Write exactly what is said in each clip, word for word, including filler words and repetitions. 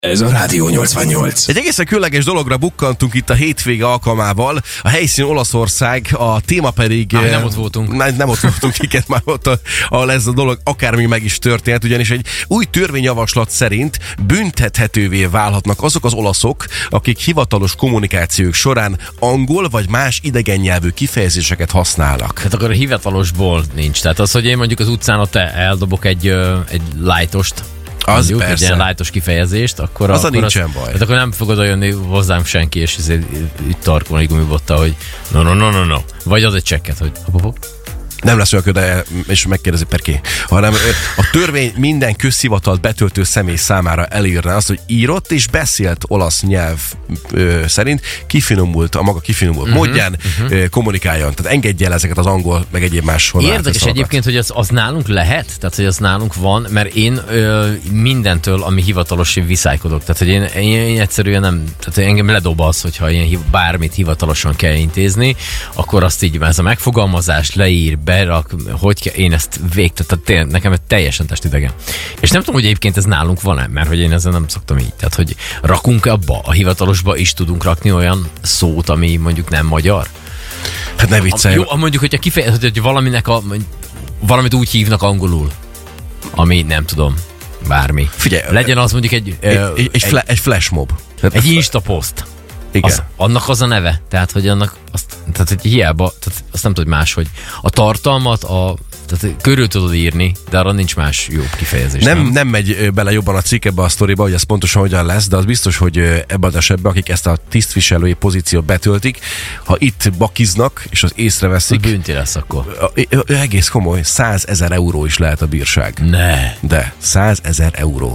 Ez a Rádió nyolcvannyolc. Egy egészen különleges dologra bukkantunk itt a hétvége alkalmával. A helyszín Olaszország, a téma pedig... Á, nem ott voltunk. Nem, nem ott voltunk, iket már ott, ahol ez a dolog akármi meg is történt, ugyanis egy új törvényjavaslat szerint büntethetővé válhatnak azok az olaszok, akik hivatalos kommunikációk során angol vagy más idegen nyelvű kifejezéseket használnak. Hát akkor a hivatalosból nincs. Tehát az, hogy én mondjuk az utcán ott eldobok egy, egy lightost, Az mondjuk, persze. egy ilyen lightos kifejezést, akkor... Az a akkor nincsen az, baj. Hát akkor nem fog oda jönni hozzám senki, és ezért itt tarkolni gumibotta, hogy no, no, no, no, no. Vagy az egy csekket, hogy hop, hop. Nem lesz olyan köde, és megkérdezi per ké, hanem a törvény minden közhivatalt betöltő személy számára elírná azt, hogy írott és beszélt olasz nyelv ö, szerint kifinomult, a maga kifinomult uh-huh, módján uh-huh. Ö, kommunikáljon. Tehát engedje el ezeket az angol, meg egyéb más Érdekes egyébként, hogy az, az nálunk lehet, tehát hogy az nálunk van, mert én ö, mindentől, ami hivatalos, én viszálykodok. Tehát, hogy én, én, én egyszerűen nem, tehát engem ledob az, hogyha ilyen bármit hivatalosan kell intézni, akkor azt így, ez a megfogalmazás leír, berak, hogy kell, én ezt végtettem, nekem ez teljesen testidegen. És nem tudom, hogy egyébként ez nálunk van-e, mert hogy én ezzel nem szoktam így. Tehát, hogy rakunk abba, a hivatalosba is tudunk rakni olyan szót, ami mondjuk nem magyar? Hát ne viccelj. Jó, mondjuk, hogyha kifejezed, hogy valaminek a, valamit úgy hívnak angolul, ami nem tudom, bármi. Figyelj, legyen az mondjuk egy... Egy, ö, egy, egy, fla, egy flashmob. Egy instapost. Igen. Az, annak az a neve, tehát hogy annak azt, tehát hogy hiába, tehát azt nem tudod máshogy. A tartalmat, a, tehát körül tudod írni, de arra nincs más jobb kifejezés. Nem, nem? nem megy bele jobban a cikk ebbe a sztoriba, hogy ez pontosan hogyan lesz, de az biztos, hogy ebben az esetben, akik ezt a tisztviselői pozíciót betöltik, ha itt bakiznak, és az észreveszik... Bünti lesz akkor. Egész komoly, százezer euró is lehet a bírság. Ne. De, százezer euró.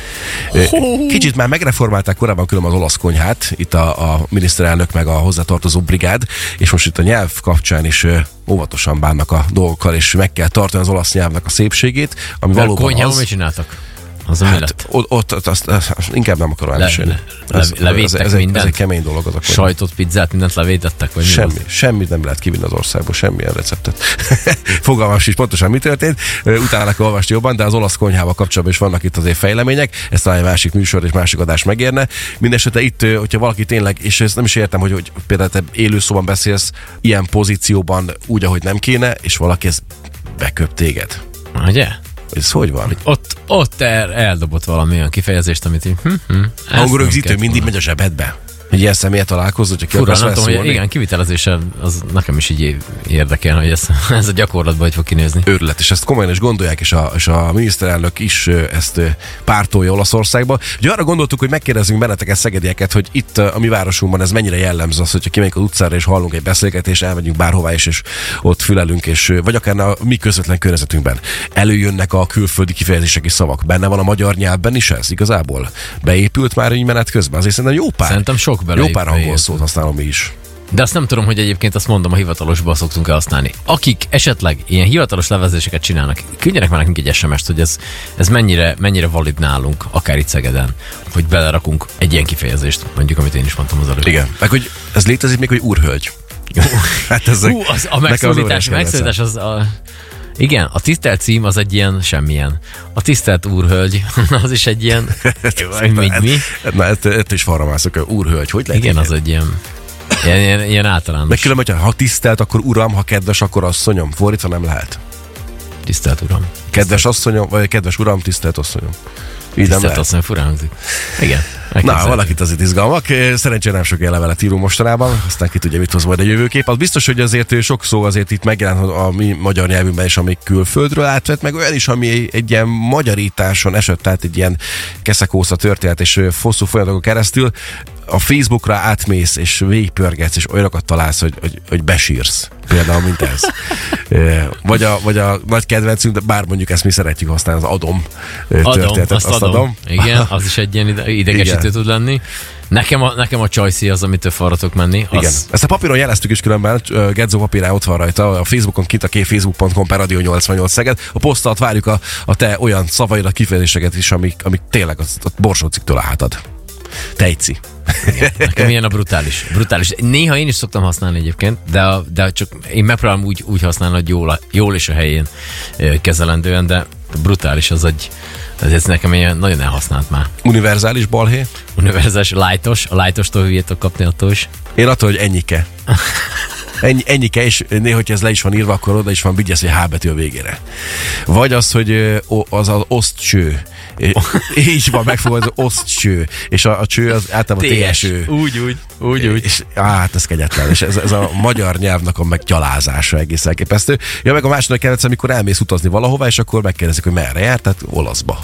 Kicsit már megreformálták korábban különben az olasz konyhát, itt a, a miniszterelnök meg a hozzátartozó brigád, és most itt a nyelv kapcsán is óvatosan bánnak a dolgokkal, és meg kell tartani az olasz nyelvnek a szépségét, ami de valóban a konyhában az... mit csináltak? Az a Hát ott, ott, ott azt, azt inkább nem akarom elmesélni. Le, le, levédtek ez, ez, mindent? ez egy kemény dolog az a konyha. Sajtot, pizzát, mindent levétettek? Vagy Semmi, semmit nem lehet kivinni az országból, semmilyen receptet. Fogalmam is pontosan mi történt, utána kell olvasni jobban, de az olasz konyhával kapcsolatban is vannak itt azért fejlemények, ezt talán egy másik műsor és másik adás megérne. Mindenesetre itt, hogyha valaki tényleg, és ezt nem is értem, hogy, hogy például te élőszóban beszélsz ilyen pozícióban úgy, ahogy nem kéne, és valaki ezt beköp téged. Ugye? Ez hogy van? Ott, ott el, eldobott valami olyan kifejezést, amit így... Hm, hm, hangurögzítő mindig megy a zsebedbe. Egy ilyen személyet találkozz, hogyha ki Fura, akarsz nem tudom, hogy szólni. igen, kivitelezéssel az nekem is így érdekel, hogy ez, ez a gyakorlatban hogy fog kinézni. Őrület, és ezt komolyan is gondolják, és a, és a miniszterelnök is ezt pártolja Olaszországba. Ugye arra gondoltuk, hogy megkérdezzünk benneteket, szegedieket, hogy itt a mi városunkban ez mennyire jellemző az, hogyha kimegyünk az utcára és hallunk egy beszélgetést, elmegyünk bárhová is, és ott fülelünk, és vagy akár a mi közvetlen környezetünkben előjönnek a külföldi kifejezések és szavak. Benne van a magyar nyelvben is ez igazából? Beépült már így menet közben? Azért szerintem jó pár. Szerintem sok bele. Jó pár angol szót használom mi is. De azt nem tudom, hogy egyébként azt mondom, a hivatalosban szoktunk-e használni. Akik esetleg ilyen hivatalos levezéseket csinálnak, küldjenek már nekünk egy es em est, hogy ez, ez mennyire, mennyire valid nálunk, akár itt Szegeden, hogy belerakunk egy ilyen kifejezést, mondjuk, amit én is mondtam az előbb. Igen. Meg hogy ez létezik még, hogy úrhölgy. Hát ezek, Hú, az, a megszólítás, megszólítás az a... Igen, a tisztelt cím az egy ilyen semmilyen. A tisztelt úrhölgy, az is egy ilyen... Még mi? Na, ezt is falra mászok, úrhölgy, hogy lehet? Igen, az egy ilyen... Ilyen, ilyen, ilyen általános. Meg különben, ha tisztelt, akkor uram, ha kedves, akkor asszonyom. Fordítva nem lehet. Tisztelt uram. Kedves asszonyom, vagy kedves uram, tisztelt asszonyom. Így nem tisztelt asszonyom, furán hangzik. Igen. Na, valakit azért izgalmak. Szerencsére nem sok ilyen levelet írunk mostanában, aztán ki tudja, mit hoz majd a jövőkép. Az biztos, hogy azért sok szó azért itt megjelent a mi magyar nyelvünkben is, ami külföldről átvett, meg olyan is, ami egy ilyen magyarításon esett, tehát egy ilyen keszekósza történet, és hosszú folyamatokon keresztül a Facebookra átmész, és végigpörgetsz, és olyanokat találsz, hogy, hogy, hogy besírsz. Például, mint ez. Vagy a, vagy a nagy kedvencünk, de bár mondjuk ezt mi szeretjük használni, az adom történetet. Adom, azt, azt adom. adom. Igen, az is egy ilyen idegesítő Igen. tud lenni. Nekem a, nekem a csajszi az, amitől falratok menni. Az... Igen. Ezt a papíron jeleztük is különben, Gedzó papírán ott van rajta, a Facebookon kint a kép facebook pont com per Rádió nyolcvannyolc Szeged. A poszt alatt várjuk a, a te olyan szavaidat, kifejezéseket is, amik, amik tényleg az, a borsóciktől a hátad. Tejci. Igen, nekem ilyen a brutális. brutális. Néha én is szoktam használni egyébként, de, a, de csak én megpróbálom úgy, úgy használni, hogy jól, jól és a helyén kezelendően, de Brutális az egy, ez nekem ilyen nagyon elhasznált már. Univerzális balhé. Univerzális, lightos, a lightostól hülyétől kapni attól is. Én attól, hogy ennyike. Ennyi, ennyike, és néha, hogy ez le is van írva, akkor oda is van vigyesz egy H betű a végére. Vagy az, hogy az az osztcső. Így van, megfogod az osztcső. És a, a cső az általában té es ő. Úgy, úgy, úgy, úgy. És hát ez kegyetlen. És ez, ez a magyar nyelvnek a meggyalázása egész elképesztő. Ja, meg a második kedvenc, amikor elmész utazni valahova, és akkor megkérdezik, hogy merre jár, tehát olaszba.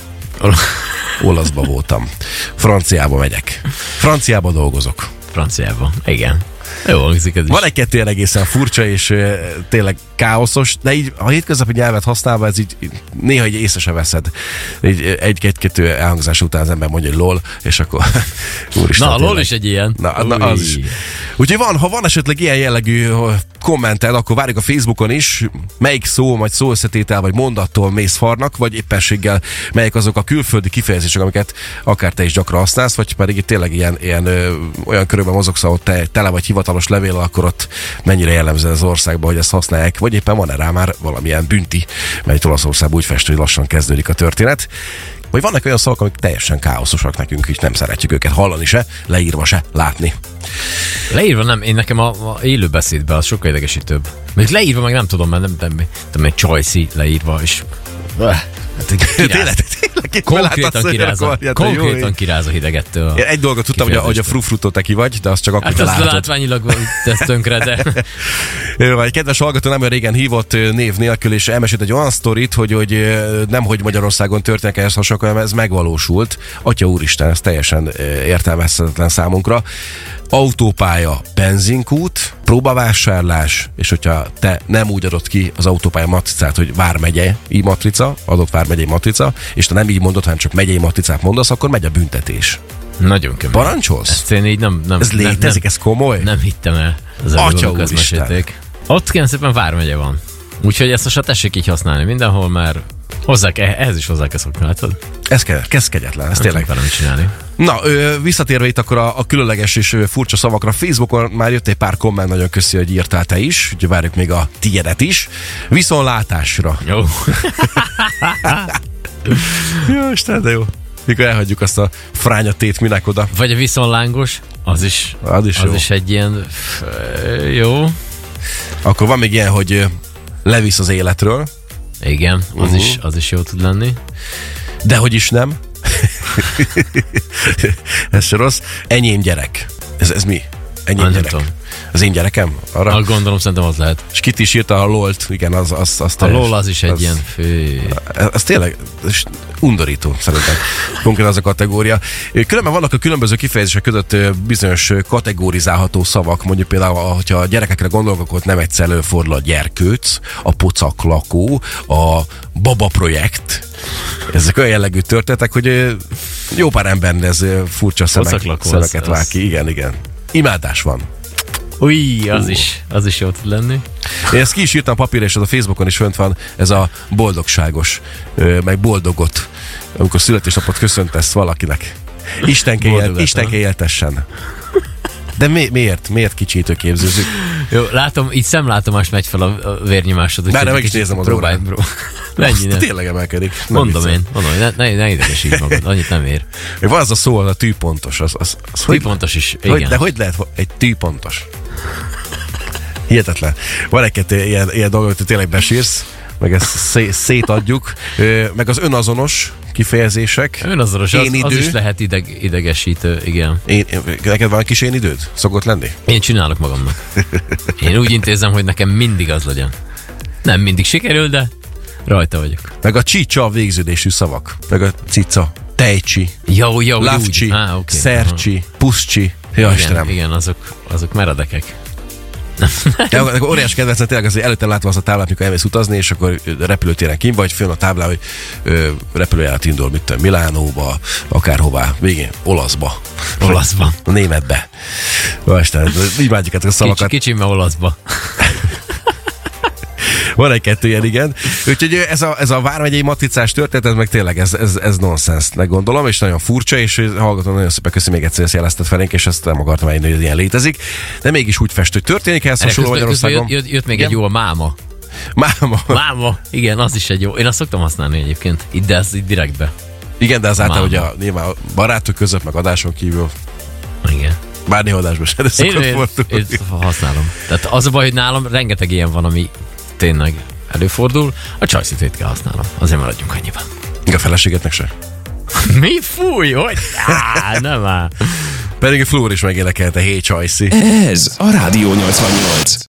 Olaszba voltam. Franciába megyek. Franciába dolgozok. Franciába, igen. Jó hangzik ez is. Van egy-kettő ilyen egészen furcsa és uh, tényleg káoszos, de így a hétköznapi nyelvet használva ez így néha így észre se veszed. Így egy-kettő elhangzás után az ember mondja, hogy lol, és akkor úristen. Na, a lol is egy ilyen. Na, na az is. Úgyhogy van, ha van esetleg ilyen jellegű kommented, akkor várjuk a Facebookon is, melyik szó, vagy szóösszetétel, vagy mondattól mész farnak, vagy éppenséggel melyik azok a külföldi kifejezések, amiket akár te is gyakran használsz, vagy pedig itt tényleg ilyen, ilyen ö, olyan körülben mozogsz, ahol te tele vagy hivatalos levél, akkor ott mennyire jellemző az országban, hogy ezt használják, vagy éppen van-e rá már valamilyen bünti, mert Olaszországban úgy fest, hogy lassan kezdődik a történet. Vagy vannak olyan szavak, amik teljesen káoszosak nekünk, és nem szeretjük őket hallani se, leírva se, látni. Leírva nem, én nekem a, a élő beszédben az sokkal idegesítőbb. Még leírva meg nem tudom, mert nem, nem, nem egy csajszi leírva, és... Hát, tényleg, tényleg, konkrétan kiráz a, konkrétan kiráz a hidegettől. Én egy dolgot tudtam, hogy a, hogy a frufrutó teki vagy, de azt csak akkor hát te látod. Hát látványilag tesz tönkre, de... Jó, egy kedves hallgató nem olyan régen hívott név nélkül, és elmesélt egy olyan sztorit, hogy, hogy nem hogy Magyarországon történik ehhez hasonlók, hanem ez megvalósult. Atya úristen, ez teljesen értelmezhetetlen számunkra. Autópálya, benzinkút, próbavásárlás, és hogyha te nem úgy adod ki az autópálya matricát, hogy vármegyei matrica, adott vármegyei matrica, és te nem így mondod, hanem csak megyei matricát mondasz, akkor megy a büntetés. Nagyon kemény. Parancsolsz? Ezt én így nem... nem ez létezik, nem, ez komoly? Nem hittem el. Az Atya úristen. Ott kérem szépen vármegye van. Úgyhogy ezt most tessék így használni mindenhol, mert hozzá kell, ehhez is hozzá kell szokni, látod? Ez, ke- ez kegyetlen, ez tényleg. Nem csinálni. Na, ö, visszatérve itt akkor a, a különleges és ö, furcsa szavakra, Facebookon már jött egy pár komment, nagyon köszi, hogy írtál te is, úgyhogy várjuk még a tiédet is. Viszontlátásra. Jó. Jó, Isten, de jó. Mikor elhagyjuk azt a frányatét, minek oda. Vagy a viszonlángos, az is, az is, az is egy ilyen jó. Akkor van még ilyen, hogy levisz az életről. Igen, az, uh-huh. is, az is jó tud lenni. De hogy is nem. Ez se rossz. Enyém gyerek. Ez, ez mi? Enyém nem gyerek. Tudom. Az én gyerekem? Arra? Ah, gondolom, szerintem az lehet. És Kit is írta a lolt, igen, az, az, az a teljes, lol az is egy az, ilyen fő. Ez, ez tényleg ez undorító, szerintem. Konkrétan az a kategória. Különben vannak a különböző kifejezések között bizonyos kategorizálható szavak, mondjuk például, hogyha a gyerekekre gondolok, akkor nem egyszer előfordul a gyerkőc, a pocaklakó, a baba projekt. Ezek olyan jellegű történetek, hogy jó pár embernél ez furcsa szemek, szemeket vág ki. Igen, igen. Imádás van. Új, az uh. is, az is jó tud lenni. Én ezt ki is írtam papírra, és az a Facebookon is fönt van, ez a boldogságos, meg boldogot, amikor születésnapot köszöntesz valakinek. Istenke, él, Istenke éltessen. De mi, miért? Miért kicsítő képzőzünk? Jó, látom, így szemlátomást megy fel a vérnyomásod. Már nem meg is nézem az próbálj, próbálj. Mennyi, ne? Tényleg emelkedik. Mondom én, mondom, ne, ne, ne idegesíts magad, annyit nem ér. Van az a szó, az a tűpontos. Az, az, az tűpontos is, igen. Hogy, de hogy lehet egy tűpontos? Hihetetlen. Van egy-kettő ilyen, ilyen dolog, hogy tényleg besírsz, meg ezt szé- szétadjuk, meg az önazonos kifejezések. Önazonos, az, az is lehet ideg, idegesítő, igen. Én, neked van kis én időd? Szokott lenni? Én csinálok magamnak. Én úgy intézem, hogy nekem mindig az legyen. Nem mindig sikerül, de rajta vagyok. Meg a csicsa végződésű szavak. Meg a cica, tejcsi, jó, jó, lavcsi, ah, okay. szercsi, puszcsi. Ja, igen, igen, azok, azok meredekek. Ja, óriás kedvencem tényleg az, hogy előtte látva az a táblát, mikor elmész utazni, és akkor repülőtéren kint vagy, fönn a táblán, hogy repülőjárat indul, mit tudom, Milánóba, akárhová, végén olaszba. Olaszba. Németbe. Isten, imádjuk ezeket a szavakat. Kicsi, kicsi, mert olaszba. Van egy-kettő ilyen, igen. Úgyhogy ez a, ez a vármegyei matricás történet, meg tényleg ez, ez, ez nonsensnek gondolom, és nagyon furcsa, és hallgatom, nagyon szépen köszi még egyszer, ezt jelezted felénk, és ezt nem akartam elhinni, hogy ilyen létezik. De mégis úgy fest, hogy történik ez hasonló Magyarországon. Jött, jött még igen? Egy jó a máma. Máma. Máma, igen, az is egy jó. Én azt szoktam használni egyébként. Itt, de ez így direktbe. Igen, de az általában ugye Máma. a, nyilván a barátok között, meg adáson kívül. Igen. Bár néha adásban se, de Én, szokott én, fordulni. én használom. Tehát az a baj, hogy nálam rengeteg ilyen van, ami tényleg előfordul. A csajszitét kell használnom. Azért maradjunk annyiban. A feleségetnek se. Mi? Fúj, hogy? Á, nem áll. Pedig a Flór is megénekelte Hey Csajci. Ez a Rádió nyolcvannyolc.